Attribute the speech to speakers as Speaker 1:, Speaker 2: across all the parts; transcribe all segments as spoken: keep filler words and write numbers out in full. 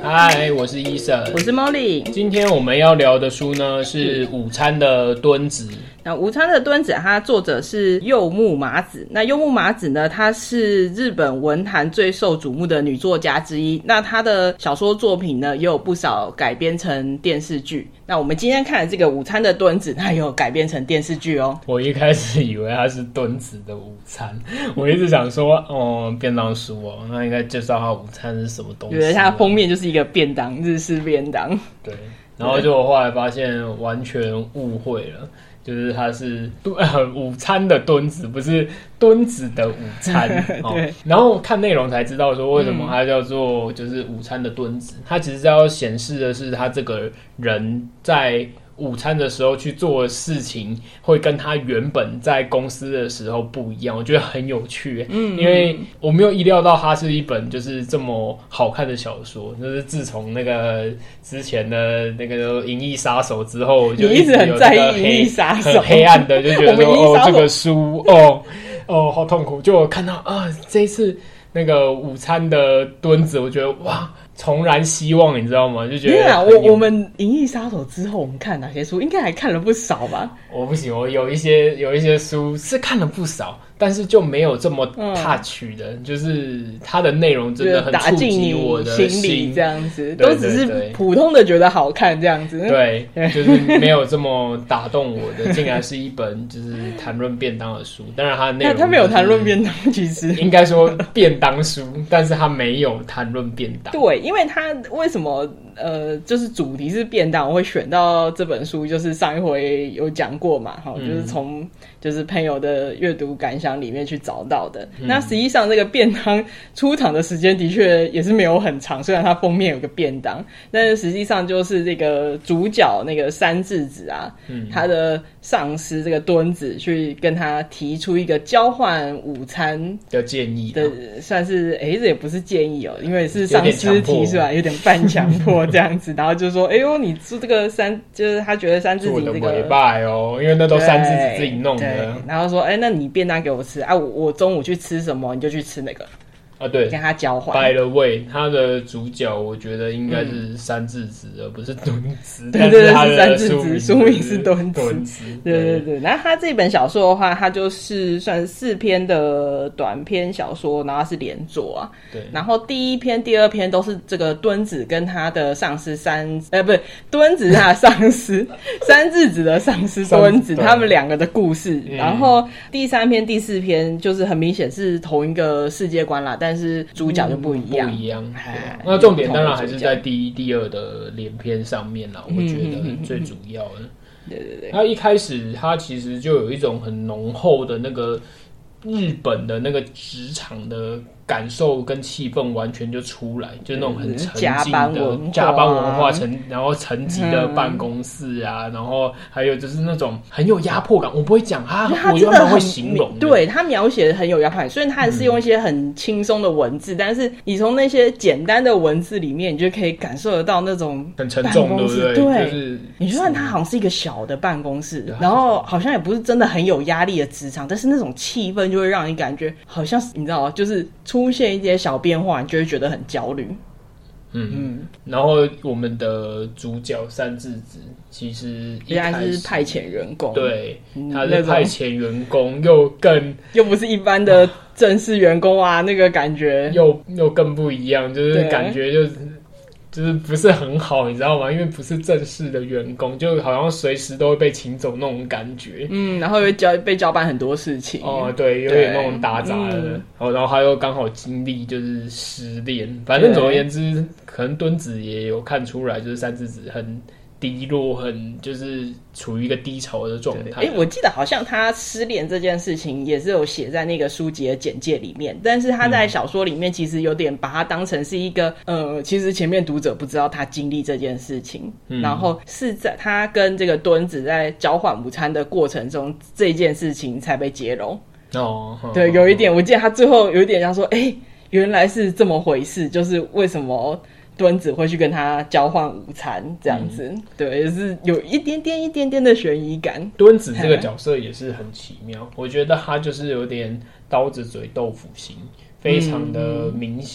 Speaker 1: 嗨，我是医生，
Speaker 2: 我是 Molly。
Speaker 1: 今天我们要聊的书呢是午餐的敦子。
Speaker 2: 那午餐的敦子，它作者是柚木麻子。那柚木麻子呢，她是日本文坛最受瞩目的女作家之一。那她的小说作品呢，也有不少改编成电视剧。那我们今天看的这个午餐的敦子，它也有改编成电视剧哦。
Speaker 1: 我一开始以为它是敦子的午餐，我一直想说，哦，便当书哦，那应该介绍它午餐是什么东西、啊。
Speaker 2: 觉得它封面就是一个便当，日式便当。
Speaker 1: 对，然后就我后来发现完全误会了。就是它是呃午餐的敦子，不是敦子的午餐。对、哦，然后看内容才知道说为什么它叫做就是午餐的敦子。它其实要显示的是他这个人在午餐的时候去做的事情会跟他原本在公司的时候不一样，我觉得很有趣。嗯，因为我没有意料到它是一本就是这么好看的小说，就是自从那个之前的那个《银翼杀手》之后，我就
Speaker 2: 一直很在意《银翼杀手》，
Speaker 1: 很黑暗的就觉得说哦这个书哦哦好痛苦。就我看到啊这一次那个午餐的敦子，我觉得哇。重燃希望，你知道吗？就觉得
Speaker 2: 对啊，我我们《银翼杀手》之后，我们看哪些书？应该还看了不少吧？
Speaker 1: 我不行，我有一些有一些书是看了不少，但是就没有这么 touch 的，嗯、就是它的内容真的很触及我的心，
Speaker 2: 心里，这样子都只是普通的觉得好看这样子。
Speaker 1: 对，就是没有这么打动我的，竟然是一本就是谈论便当的书。当然，它的内容、就是、
Speaker 2: 它没有谈论便当，其实
Speaker 1: 应该说便当书，但是它没有谈论便当。
Speaker 2: 对，因为它为什么呃，就是主题是便当，我会选到这本书，就是上一回有讲过嘛，哈、嗯，就是从就是朋友的阅读感想里面去找到的。嗯、那实际上这个便当出场的时间的确也是没有很长，虽然它封面有个便当，但是实际上就是这个主角那个三智子啊，嗯、他的上司这个敦子去跟他提出一个交换午餐
Speaker 1: 的建议
Speaker 2: 的，算是哎、欸，这也不是建议哦，因为是上司提出来，有点半强迫这样子，然后就说，哎呦，你做这个三，就是他觉得三智子这个
Speaker 1: 尾巴哦，因为那都三智子自己弄的。
Speaker 2: 然后说，哎，那你便当给我吃啊，我我中午去吃什么，你就去吃那个。
Speaker 1: 啊，对，
Speaker 2: 跟他交换。
Speaker 1: By the way， 他的主角我觉得应该是三智子，嗯、而不是敦子。
Speaker 2: 对对对，是三智子，书名是敦子。对对对，然后他这本小说的话，它就是算是四篇的短篇小说，然后是连作啊。对。然后第一篇、第二篇都是这个敦子跟他的上司三，呃，不是敦子他的上司三智子的上司敦子，他们两个的故事。嗯、然后第三篇、第四篇就是很明显是同一个世界观啦，但是主角就不一样，
Speaker 1: 嗯、不一样。那重点当然还是在第一、第二的连篇上面啦，我觉得最主要的。嗯、
Speaker 2: 对对对，
Speaker 1: 他一开始他其实就有一种很浓厚的那个日本的那个职场的感受跟气氛完全就出来，就那种很沉静的加班文化，层然后层级的办公室啊，嗯、然后还有就是那种很有压迫感。我不会讲啊，我原本会形容，
Speaker 2: 对他描写的很有压迫感。虽然他是用一些很轻松的文字，嗯、但是你从那些简单的文字里面，你就可以感受得到那种
Speaker 1: 很沉重，对不对？
Speaker 2: 对，
Speaker 1: 就是
Speaker 2: 你就算他好像是一个小的办公室，然后好像也不是真的很有压力的职场，但是那种气氛就会让你感觉好像你知道吗？就是出现一些小变化，你就会觉得很焦虑。
Speaker 1: 嗯嗯，然后我们的主角三智子其实一开始
Speaker 2: 是派遣员工，
Speaker 1: 对，他是派遣员工，又更
Speaker 2: 又不是一般的正式员工啊，那个感觉
Speaker 1: 又又更不一样，就是感觉就是。就是不是很好，你知道吗？因为不是正式的员工，就好像随时都会被请走那种感觉。
Speaker 2: 嗯，然后又交被交办很多事情。
Speaker 1: 哦，对，有点那种打杂的。嗯、然后他又刚好经历就是失恋，反正总而言之，可能敦子也有看出来，就是三智子很低落，很就是处于一个低潮的状态。哎，
Speaker 2: 我记得好像他失恋这件事情也是有写在那个书籍的简介里面，但是他在小说里面其实有点把它当成是一个呃，其实前面读者不知道他经历这件事情，嗯、然后是在他跟这个敦子在交换午餐的过程中，这件事情才被揭露。
Speaker 1: 哦，
Speaker 2: 对，有一点，我记得他最后有一点像说，哎，原来是这么回事，就是为什么。敦子会去跟他交换午餐这样子，嗯、对，也是有一点点一点点的悬疑感。
Speaker 1: 敦子这个角色也是很奇妙，我觉得他就是有点刀子嘴豆腐心，非常的明显。嗯、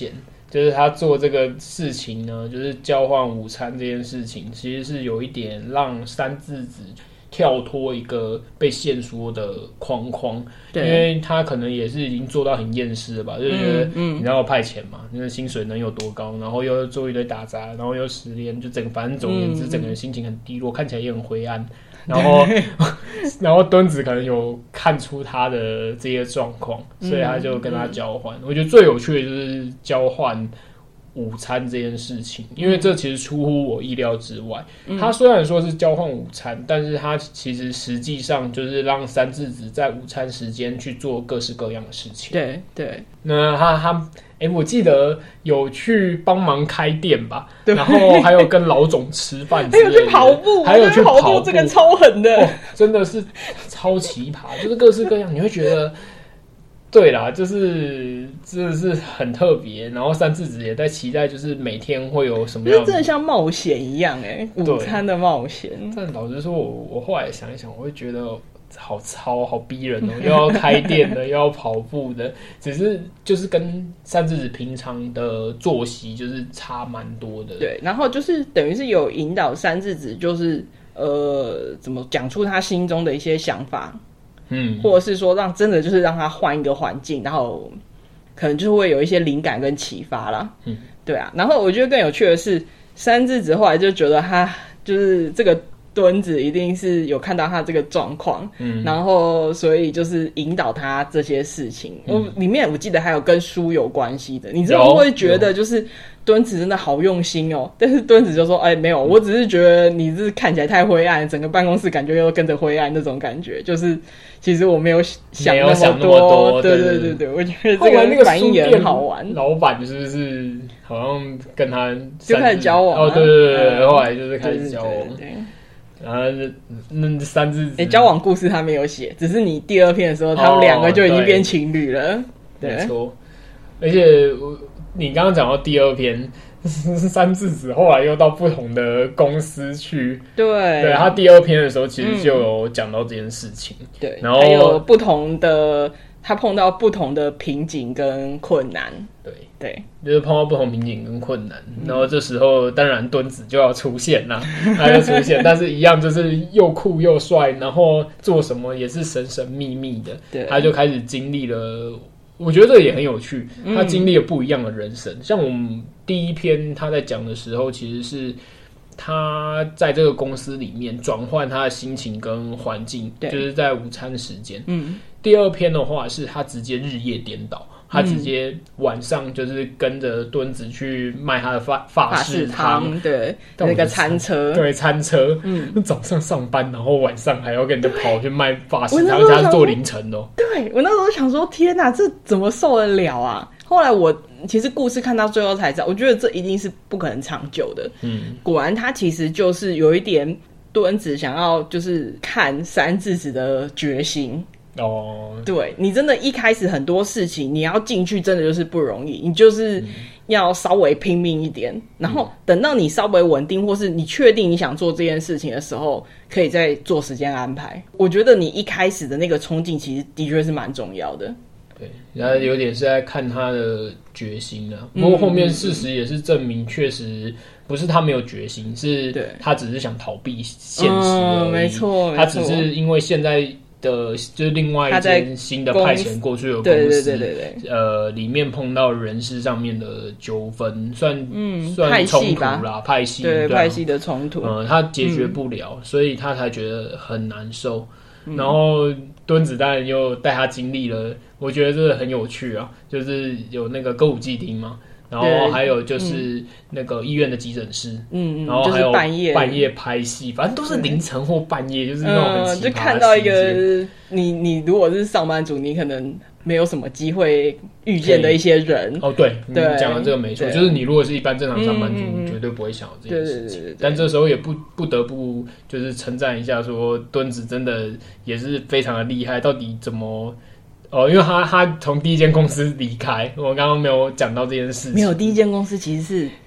Speaker 1: 就是他做这个事情呢，就是交换午餐这件事情，其实是有一点让三字子跳脱一个被限缩的框框，因为他可能也是已经做到很厌世了吧，就是觉得你让我派遣嘛，那个薪水能有多高，然后又做一堆打杂，然后又失恋，就整个反正总而言之，整个人心情很低落，看起来也很灰暗。然后，然后敦子可能有看出他的这些状况，所以他就跟他交换。我觉得最有趣的就是交换午餐这件事情，因为这其实出乎我意料之外。嗯、他虽然说是交换午餐，但是他其实实际上就是让三字子在午餐时间去做各式各样的事情。
Speaker 2: 对对，
Speaker 1: 那他他。哎、欸，我记得有去帮忙开店吧，然后还有跟老总吃饭之类的，
Speaker 2: 还有去跑步，
Speaker 1: 还有去跑步，
Speaker 2: 这个超狠的、
Speaker 1: 哦，真的是超奇葩，就是各式各样，你会觉得，对啦，就是真的是很特别。然后三字子也在期待，就是每天会有什么样的，
Speaker 2: 真的像冒险一样、欸，哎，午餐的冒险。
Speaker 1: 但老实说我，我后来想一想，我会觉得。好超好逼人哦，又要开店的，又要跑步的，只是就是跟三字子平常的作息就是差蛮多的。
Speaker 2: 对，然后就是等于是有引导三字子，就是呃，怎么讲出他心中的一些想法，嗯，或者是说让真的就是让他换一个环境，然后可能就会有一些灵感跟启发啦。嗯，对啊。然后我觉得更有趣的是，三字子后来就觉得他就是这个。敦子一定是有看到他这个状况，嗯，然后所以就是引导他这些事情。嗯、我里面我记得还有跟书有关系的，你知道会觉得就是敦子真的好用心哦，但是敦子就说：“哎，没有，我只是觉得你是看起来太灰暗，整个办公室感觉又跟着灰暗那种感觉，就是其实我没有想那么多。
Speaker 1: 没有想那么多”
Speaker 2: 对对对对，我觉得这个反应也很好玩。
Speaker 1: 老板是不是好像跟他
Speaker 2: 就开始交往、啊？
Speaker 1: 哦，对对对，嗯、后来就是开始交往。对对对对然后那三字子，
Speaker 2: 哎、欸，交往故事他没有写，只是你第二篇的时候，他们两个就已经变情侣了。哦、对，
Speaker 1: 没错。而且你刚刚讲到第二篇，三字子后来又到不同的公司去。
Speaker 2: 对，
Speaker 1: 对他第二篇的时候，其实就有讲到这件事情。嗯、
Speaker 2: 对，
Speaker 1: 然后
Speaker 2: 还有不同的，他碰到不同的瓶颈跟困难。
Speaker 1: 对。
Speaker 2: 对，
Speaker 1: 就是碰到不同瓶颈跟困难，嗯、然后这时候当然敦子就要出现啦，他就出现，但是一样就是又酷又帅，然后做什么也是神神秘秘的，对，他就开始经历了，我觉得这个也很有趣，他经历了不一样的人生。嗯、像我们第一篇他在讲的时候，其实是他在这个公司里面转换他的心情跟环境，就是在午餐时间。嗯，第二篇的话是他直接日夜颠倒。他直接晚上就是跟着敦子去卖他的法法式汤，
Speaker 2: 对，那个餐车，
Speaker 1: 对，餐车，嗯，早上上班，然后晚上还要跟人家跑去卖法式汤，而且他是做凌晨的、哦。
Speaker 2: 对，我那时候想说，天哪，这怎么受得了啊？后来我其实故事看到最后才知道，我觉得这一定是不可能长久的。嗯，果然他其实就是有一点敦子想要就是看三字子的决心。哦，对，你真的一开始很多事情你要进去真的就是不容易，你就是要稍微拼命一点，嗯、然后等到你稍微稳定或是你确定你想做这件事情的时候，可以再做时间安排。我觉得你一开始的那个冲劲其实的确是蛮重要的。
Speaker 1: 对，然后有点是在看他的决心啊，不过后面事实也是证明，确实不是他没有决心，是他只是想逃避现实而已。
Speaker 2: 嗯、没错，
Speaker 1: 他只是因为现在。的就是另外一间新的派遣过去的公司，对对对对对，呃，里面碰到人事上面的纠纷，算嗯算冲突啦，派系
Speaker 2: 对
Speaker 1: 对、啊、
Speaker 2: 派系的冲突，
Speaker 1: 呃，他解决不了，嗯、所以他才觉得很难受。嗯、然后敦子当然又带他经历了，我觉得这个很有趣啊，就是有那个歌舞伎町嘛。然后还有就是那个医院的急诊室，嗯，然后还有半夜半夜拍戏，反正都是凌晨或半夜，就是那种很奇葩的、嗯、
Speaker 2: 就看到一个你你如果是上班族，你可能没有什么机会遇见的一些人。
Speaker 1: 哦，对，你讲的这个没错，就是你如果是一般正常上班族，嗯、你绝对不会想到这件事情。对对对对对，但这时候也不不得不就是称赞一下，说敦子真的也是非常的厉害，到底怎么？哦，因为他他从第一间公司离开，我刚刚没有讲到这件事情。
Speaker 2: 没有，第一间公司其实是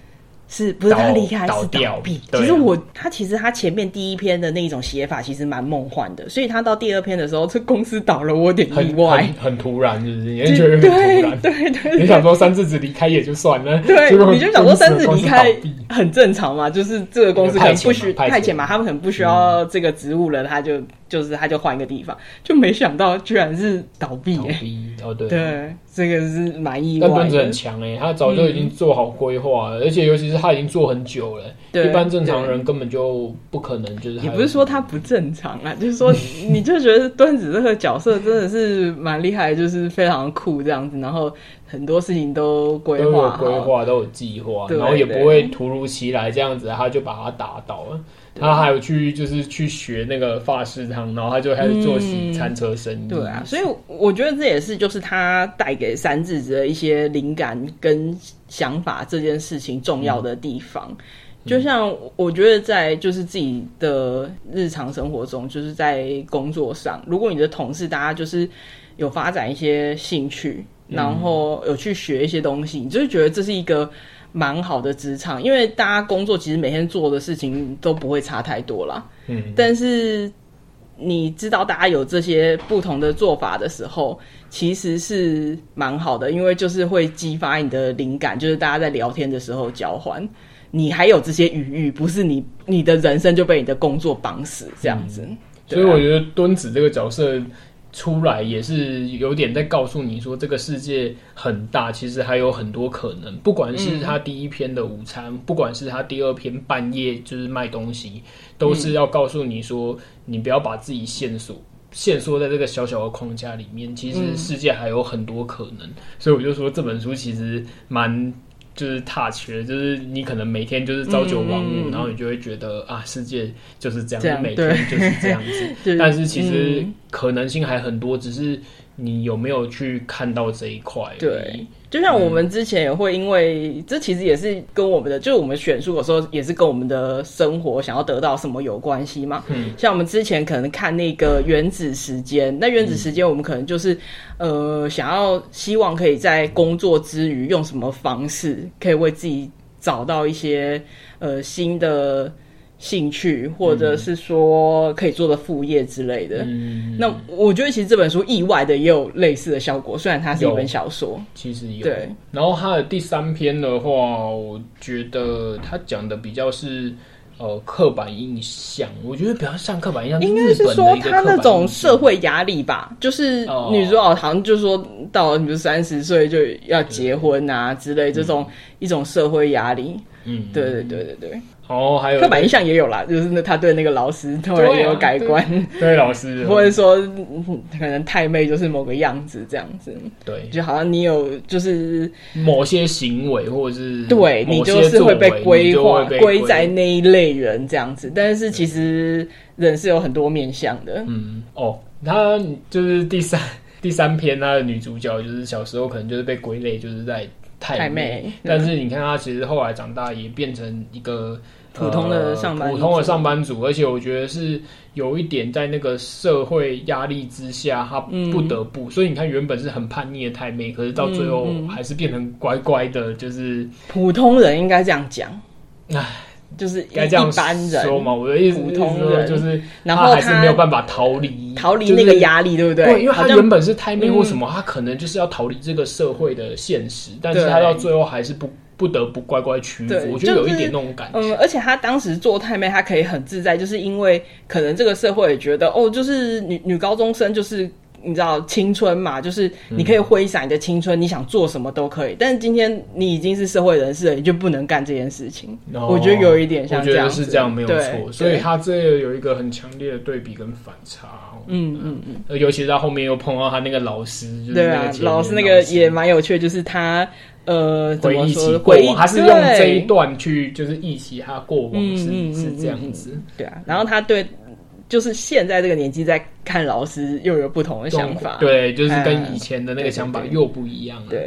Speaker 2: 是不是他离开是
Speaker 1: 倒掉
Speaker 2: 倒闭？
Speaker 1: 对啊
Speaker 2: 其实我他其实他前面第一篇的那一种写法其实蛮梦幻的，所以他到第二篇的时候，这公司倒了，我有点意外，
Speaker 1: 很 很, 很突然，是不是？你会觉得很突然，
Speaker 2: 对对 对, 对，
Speaker 1: 你想说三字子离开也就算了，
Speaker 2: 对，你就想说三字离开
Speaker 1: 公司
Speaker 2: 很正常嘛，就是这个公司可能不需
Speaker 1: 派
Speaker 2: 遣嘛，他们很不需要这个职务了，他就就是他就换一个地方，就没想到居然是倒闭、欸，
Speaker 1: 倒闭哦，对
Speaker 2: 对，这个是蛮意外的。
Speaker 1: 但敦子很强哎、欸，他早就已经做好规划了、嗯，而且尤其是他已经做很久了，一般正常人根本就不可能就是。
Speaker 2: 也不是说他不正常啊，就是说你就觉得敦子这个角色真的是蛮厉害，就是非常酷这样子，然后很多事情都规划好，
Speaker 1: 都有规划，都有计划，然后也不会突如其来这样子，他就把他打倒了。他还有去就是去学那个法式汤，然后他就开始做洗餐车生意、嗯。对
Speaker 2: 啊，所以我觉得这也是就是他带给三字子的一些灵感跟想法这件事情重要的地方。嗯、就像我觉得在就是自己的日常生活中，就是在工作上，如果你的同事大家就是有发展一些兴趣，然后有去学一些东西，你就会觉得这是一个蛮好的职场，因为大家工作其实每天做的事情都不会差太多啦。嗯，但是你知道大家有这些不同的做法的时候，其实是蛮好的，因为就是会激发你的灵感，就是大家在聊天的时候交换，你还有这些余裕，不是你你的人生就被你的工作绑死这样子。嗯啊、
Speaker 1: 所以我觉得敦子这个角色出来也是有点在告诉你说，这个世界很大，其实还有很多可能。不管是他第一篇的午餐，嗯、不管是他第二篇半夜就是卖东西，都是要告诉你说，你不要把自己限缩限缩在这个小小的框架里面，其实世界还有很多可能。嗯、所以我就说这本书其实蛮。就是 touch 的，就是你可能每天就是朝九晚五、嗯，然后你就会觉得啊，世界就是这样，
Speaker 2: 这样
Speaker 1: 每天就是这样子。但是其实可能性还很多，只是你有没有去看到这一块。
Speaker 2: 对，就像我们之前也会因为、嗯、这其实也是跟我们的，就是我们选书有时候也是跟我们的生活想要得到什么有关系嘛。嗯，像我们之前可能看那个原子时间，那原子时间我们可能就是、嗯、呃想要希望可以在工作之余用什么方式可以为自己找到一些呃新的兴趣，或者是说可以做的副业之类的、嗯、那我觉得其实这本书意外的也有类似的效果，虽然它是一本小说，
Speaker 1: 其实有。
Speaker 2: 对，
Speaker 1: 然后它的第三篇的话，我觉得它讲的比较是呃刻板印象，我觉得比较像刻板印象，
Speaker 2: 应该是说他那种社会压力吧，就是女主角好像就是说到了比如三十岁就要结婚啊之类这种、嗯、一种社会压力。嗯，对对对对对。哦，还有刻板印象也有啦，就是他对那个老师突然也有改观，
Speaker 1: 对, 对老师，
Speaker 2: 或者说可能太妹就是某个样子这样子，
Speaker 1: 对，
Speaker 2: 就好像你有就是
Speaker 1: 某些行为或者是
Speaker 2: 对你就是会被规划归在那一类人这样子，但是其实人是有很多面向的。
Speaker 1: 嗯，哦，他就是第三第三篇，他的女主角就是小时候可能就是被归类就是在太妹，但是你看她其实后来长大也变成一个
Speaker 2: 普通的上班族、呃、
Speaker 1: 普通的上班族，而且我觉得是有一点在那个社会压力之下，她不得不、嗯，所以你看原本是很叛逆的太妹，可是到最后还是变成乖乖的，就是
Speaker 2: 普通人应该这样讲，
Speaker 1: 唉。
Speaker 2: 就是
Speaker 1: 该这样说嘛？我的意思是说，就是然后他还是没有办法逃离
Speaker 2: 逃离那个压力，对不对？
Speaker 1: 对，因为他原本是太妹或什么、嗯，他可能就是要逃离这个社会的现实，但是他到最后还是不不得不乖乖屈服。我觉得有一点那种感觉。
Speaker 2: 嗯，而且他当时做太妹，他可以很自在，就是因为可能这个社会也觉得，哦，就是女女高中生就是。你知道青春嘛，就是你可以挥洒你的青春、嗯、你想做什么都可以，但是今天你已经是社会人士了，你就不能干这件事情、哦、我觉得有一点像这样子，
Speaker 1: 我觉得是这样没有错，所以他这个有一个很强烈的对比跟反差。嗯嗯嗯，尤其是他后面又碰到他那个老师，就是那个老师，
Speaker 2: 对啊，老师那个也蛮有趣的，就是他呃怎么说
Speaker 1: 回忆起他是用这一段去就是忆起他过往是、嗯、是这样子、嗯、
Speaker 2: 对啊，然后他对就是现在这个年纪在看老师又有不同的想法，
Speaker 1: 对，就是跟以前的那个想法又不一样了。
Speaker 2: 对，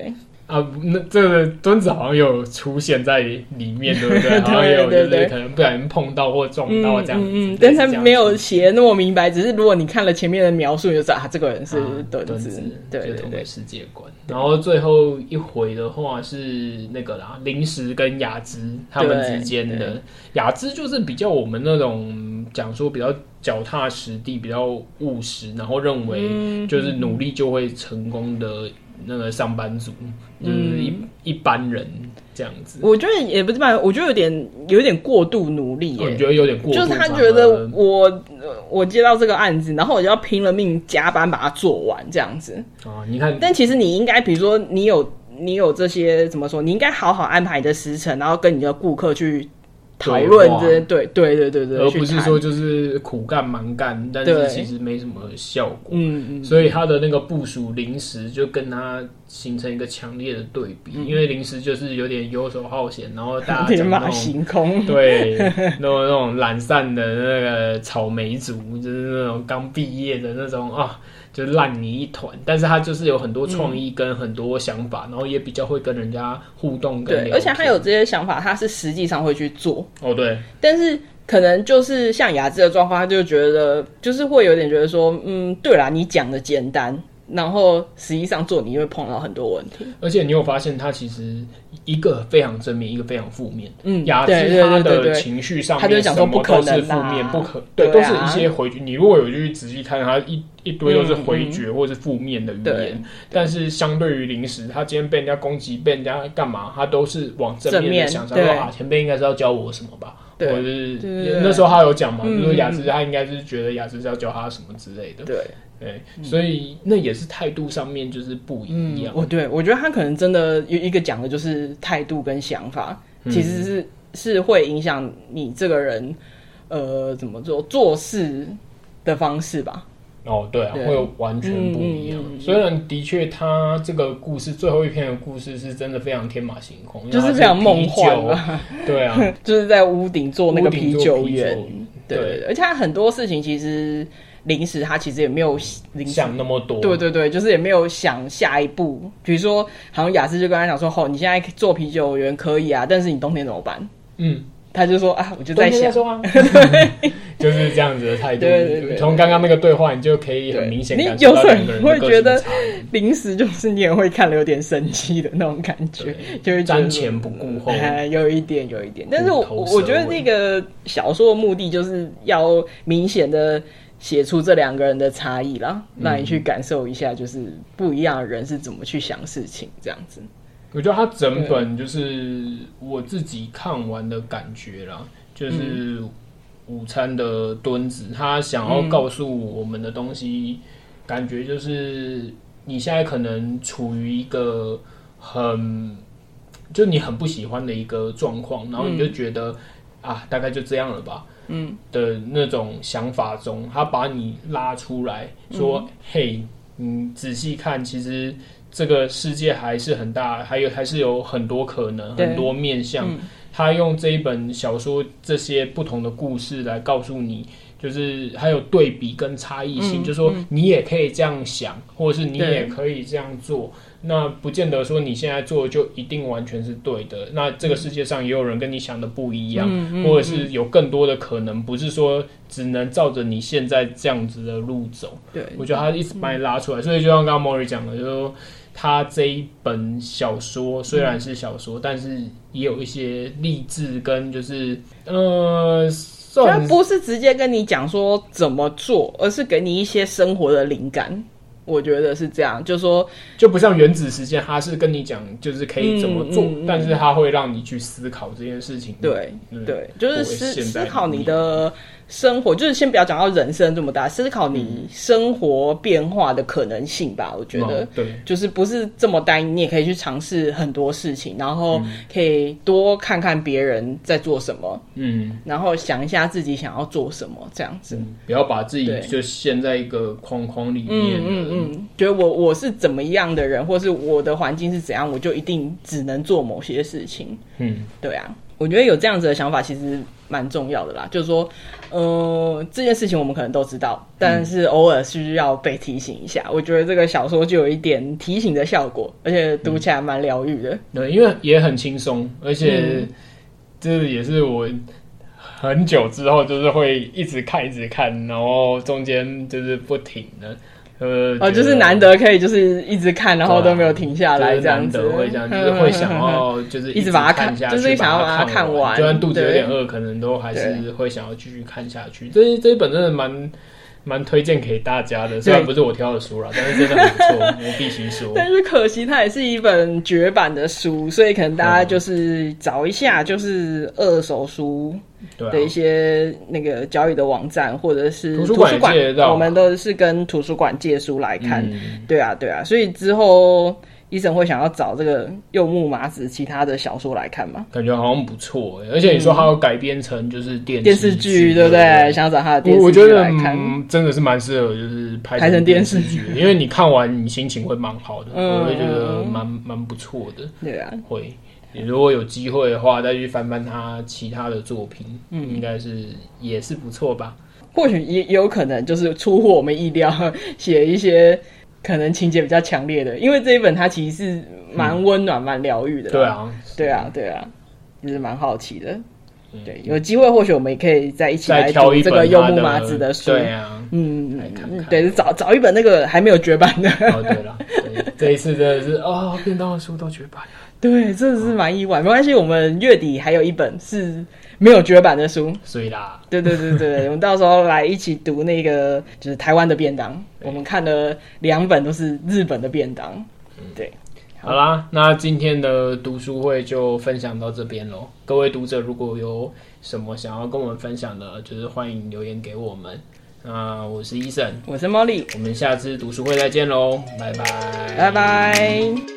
Speaker 1: 啊，那这个墩子好像有出现在里面，对不对？好像也有就是可能不小心碰到或撞到这样子，嗯嗯嗯、
Speaker 2: 但他没有写那么明白。只是如果你看了前面的描述，你就知道啊，这个人是墩子，啊、子对对对，
Speaker 1: 同个世界观。然后最后一回的话是那个啦，灵石跟雅芝他们之间的，雅芝就是比较我们那种讲说比较脚踏实地、比较务实，然后认为就是努力就会成功的。那个上班族就是一、嗯、一般人这样子，
Speaker 2: 我觉得也不是般，我觉得有点有点过度努力耶。
Speaker 1: 我、哦、觉得有点过度，
Speaker 2: 就是他觉得我我接到这个案子，然后我就要拼了命加班把它做完这样子
Speaker 1: 啊。你看，
Speaker 2: 但其实你应该，比如说你有你有这些怎么说，你应该好好安排你的时程，然后跟你的顾客去。讨论这对对对对对，
Speaker 1: 而不是说就是苦干蛮干，但是其实没什么效果。嗯嗯，所以他的那个部署零食就跟他形成一个强烈的对比，嗯、因为零食就是有点游手好闲，然后大家
Speaker 2: 天马行空，
Speaker 1: 对，那种那种懒散的那个草莓族，就是那种刚毕业的那种啊。就烂泥一团，但是他就是有很多创意跟很多想法，嗯、然后也比较会跟人家互动跟聊天。
Speaker 2: 对，而且他有这些想法，他是实际上会去做。
Speaker 1: 哦，对。
Speaker 2: 但是可能就是像雅芝的状况，他就觉得就是会有点觉得说，嗯，对啦，你讲的简单，然后实际上做你会碰到很多问题。
Speaker 1: 而且你有发现，他其实一个非常正面，一个非常负面。嗯，雅芝他的情绪上面，
Speaker 2: 他就讲说不可能
Speaker 1: 负面，不可对，对啊、都是一些回绝。你如果有去仔细看，他一一堆都是回绝或是负面的语言。嗯、但是相对于零食，他今天被人家攻击，被人家干嘛，他都是往正面的想，说啊，前辈应该是要教我什么吧。对，或者是对对对那时候他有讲嘛，就、嗯、说雅芝他应该是觉得雅芝是要教他什么之类的。
Speaker 2: 对。
Speaker 1: 对，所以那也是态度上面就是不一样。
Speaker 2: 嗯、我对我觉得他可能真的有一个讲的就是态度跟想法，嗯、其实是是会影响你这个人呃怎么做做事的方式吧。
Speaker 1: 哦，对啊，对会完全不一样。嗯、虽然的确，他这个故事最后一篇的故事是真的非常天马行空，
Speaker 2: 就是非常梦幻嘛。
Speaker 1: 对啊，
Speaker 2: 就是在屋顶做那个啤酒园。对对对，而且他很多事情其实。临时他其实也没有
Speaker 1: 想那么多，
Speaker 2: 对对对，就是也没有想下一步。比如说，好像雅芝就跟他讲说：“哦，你现在做啤酒园可以啊，但是你冬天怎么办？”嗯，他就说：“啊，我就在想，
Speaker 1: 啊、对，就是这样子的态度。对对对，从刚刚那个对话，你就可以很明显感受到两个人的个性差异。你有时候会觉得
Speaker 2: 临时就是你也会看了有点生气的那种感觉，就会
Speaker 1: 瞻前不顾后、
Speaker 2: 哎，有一点，有一点。但是我我觉得那个小说的目的就是要明显的。写出这两个人的差异啦，让你去感受一下，就是不一样的人是怎么去想事情，这样子。
Speaker 1: 我觉得他整本就是我自己看完的感觉啦，就是午餐的墩子，他想要告诉我们的东西，感觉就是你现在可能处于一个很，就你很不喜欢的一个状况，然后你就觉得、嗯、啊，大概就这样了吧。嗯的那种想法中，他把你拉出来说：“嗯、嘿，你仔细看，其实这个世界还是很大，还有还是有很多可能，很多面向。嗯”他用这一本小说这些不同的故事来告诉你，就是还有对比跟差异性，嗯、就是说你也可以这样想，或者是你也可以这样做。那不见得说你现在做的就一定完全是对的，那这个世界上也有人跟你想的不一样，嗯嗯、或者是有更多的可能，不是说只能照着你现在这样子的路走。对，我觉得他一直把你拉出来，嗯、所以就像刚刚 Mori 讲的，就是说他这一本小说虽然是小说，嗯、但是也有一些励志跟就是呃，
Speaker 2: 他不是直接跟你讲说怎么做，而是给你一些生活的灵感。我觉得是这样，就是说
Speaker 1: 就不像原子时间，他是跟你讲就是可以怎么做，嗯嗯嗯、但是他会让你去思考这件事情。
Speaker 2: 对、嗯、对，就是思思考你的生活，就是先不要讲到人生这么大，思考你生活变化的可能性吧。我觉得，哦、对，就是不是这么单一，你也可以去尝试很多事情，然后可以多看看别人在做什么，嗯，然后想一下自己想要做什么，这样子，嗯、
Speaker 1: 不要把自己就陷在一个框框里面。嗯嗯
Speaker 2: 嗯，觉得我我是怎么样的人，或是我的环境是怎样，我就一定只能做某些事情。嗯，对啊。我觉得有这样子的想法，其实蛮重要的啦。就是说，呃，这件事情我们可能都知道，但是偶尔需要被提醒一下。我觉得这个小说就有一点提醒的效果，而且读起来蛮疗愈的。
Speaker 1: 对，因为也很轻松，而且这也是我很久之后就是会一直看一直看，然后中间就是不停的。呃，
Speaker 2: 哦，就是难得可以就是一直看，然后都没有停下来这样子，
Speaker 1: 就是、难得会这样，就是会想要就是
Speaker 2: 一直把它
Speaker 1: 看下去，
Speaker 2: 就是想要把它看完，
Speaker 1: 就算肚子有点饿，可能都还是会想要继续看下去。这这一本真的蛮蛮推荐给大家的，虽然不是我挑的书啦，但是真的很不错，我必须说。
Speaker 2: 但是可惜它也是一本绝版的书，所以可能大家就是找一下，就是二手书的一些那个交易的网站，或者是图书馆，我们都是跟图书馆借书来看。嗯、对啊，对啊，所以之后医生会想要找这个柚木麻子其他的小说来看吗？
Speaker 1: 感觉好像不错哎，而且你说它有改编成就是电
Speaker 2: 电视剧，对不对？想要找它的电视剧来看，
Speaker 1: 我觉得、嗯、真的是蛮适合，就是拍成电视剧，因为你看完你心情会蛮好的，嗯、我会觉得蛮蛮不错的。
Speaker 2: 对啊，
Speaker 1: 会。你如果有机会的话，再去翻翻他其他的作品，嗯，应该是也是不错吧。
Speaker 2: 或许也有可能就是出乎我们意料，写一些可能情节比较强烈的，因为这一本它其实是蛮温暖、蛮疗愈的。
Speaker 1: 对啊，
Speaker 2: 对啊，对啊，就是蛮好奇的。嗯、对，有机会或许我们也可以再一起来读这个柚木麻子的书。
Speaker 1: 对啊，
Speaker 2: 嗯，
Speaker 1: 来看看
Speaker 2: 对，找找一本那个还没有绝版的。
Speaker 1: 哦，对了，这一次真的是哦，便当的书都绝版了。
Speaker 2: 对，真的是蛮意外。没关系，我们月底还有一本是没有绝版的书，
Speaker 1: 所以啦，
Speaker 2: 对对对对，我们到时候来一起读那个就是台湾的便当。我们看了两本都是日本的便当，对。
Speaker 1: 好啦，那今天的读书会就分享到这边咯。各位读者如果有什么想要跟我们分享的，就是欢迎留言给我们。那我是伊森，
Speaker 2: 我是猫莉，
Speaker 1: 我们下次读书会再见咯，拜拜，
Speaker 2: 拜拜。